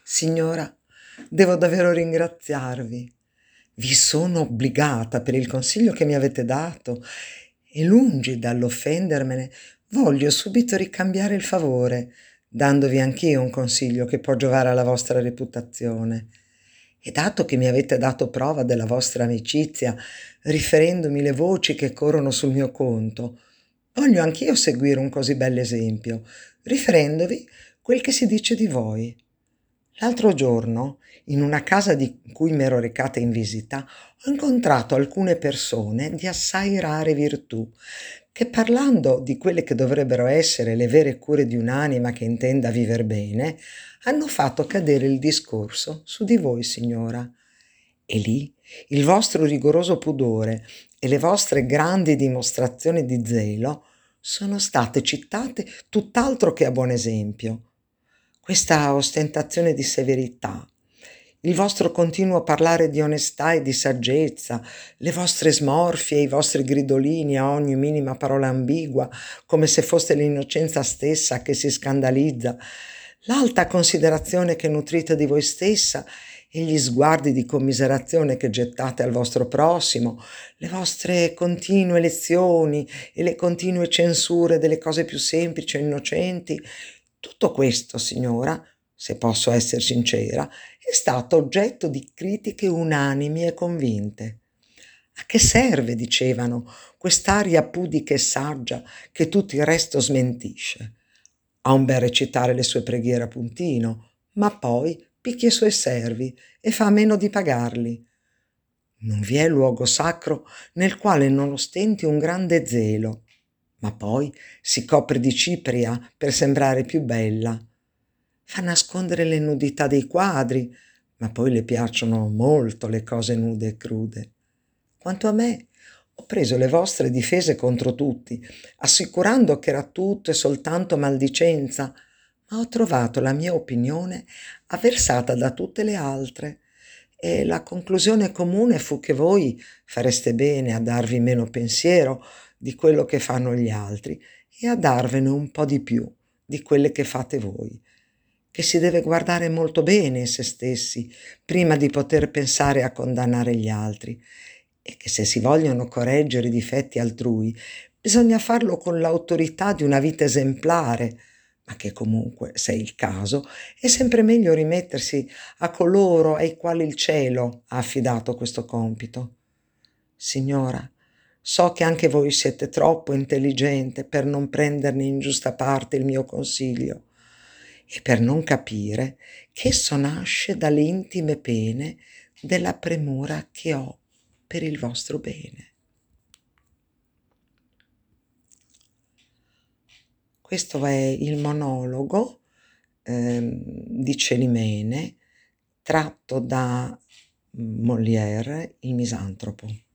Signora, devo davvero ringraziarvi. Vi sono obbligata per il consiglio che mi avete dato e lungi dall'offendermene, voglio subito ricambiare il favore, dandovi anch'io un consiglio che può giovare alla vostra reputazione. E dato che mi avete dato prova della vostra amicizia, riferendomi le voci che corrono sul mio conto, voglio anch'io seguire un così bell'esempio, riferendovi quel che si dice di voi. L'altro giorno, in una casa di cui m'ero recata in visita, ho incontrato alcune persone di assai rare virtù, che parlando di quelle che dovrebbero essere le vere cure di un'anima che intenda viver bene, hanno fatto cadere il discorso su di voi, signora. E lì il vostro rigoroso pudore e le vostre grandi dimostrazioni di zelo sono state citate tutt'altro che a buon esempio. Questa ostentazione di severità, il vostro continuo parlare di onestà e di saggezza, le vostre smorfie e i vostri gridolini a ogni minima parola ambigua, come se foste l'innocenza stessa che si scandalizza, l'alta considerazione che nutrite di voi stessa e gli sguardi di commiserazione che gettate al vostro prossimo, le vostre continue lezioni e le continue censure delle cose più semplici e innocenti, tutto questo, signora, se posso esser sincera, è stato oggetto di critiche unanimi e convinte. A che serve, dicevano, quest'aria pudica e saggia che tutto il resto smentisce? Ha un bel recitare le sue preghiere a puntino, ma poi picchia i suoi servi e fa a meno di pagarli. Non vi è luogo sacro nel quale non ostenti un grande zelo, ma poi si copre di cipria per sembrare più bella. Fa nascondere le nudità dei quadri, ma poi le piacciono molto le cose nude e crude. Quanto a me, ho preso le vostre difese contro tutti, assicurando che era tutto e soltanto maldicenza, ma ho trovato la mia opinione avversata da tutte le altre e la conclusione comune fu che voi fareste bene a darvi meno pensiero di quello che fanno gli altri e a darvene un po' di più di quelle che fate voi, che si deve guardare molto bene se stessi prima di poter pensare a condannare gli altri e che se si vogliono correggere i difetti altrui bisogna farlo con l'autorità di una vita esemplare, ma che comunque, se è il caso, è sempre meglio rimettersi a coloro ai quali il cielo ha affidato questo compito. Signora, so che anche voi siete troppo intelligente per non prenderne in giusta parte il mio consiglio e per non capire che esso nasce dalle intime pene della premura che ho per il vostro bene. Questo è il monologo di Celimene tratto da Molière, il misantropo.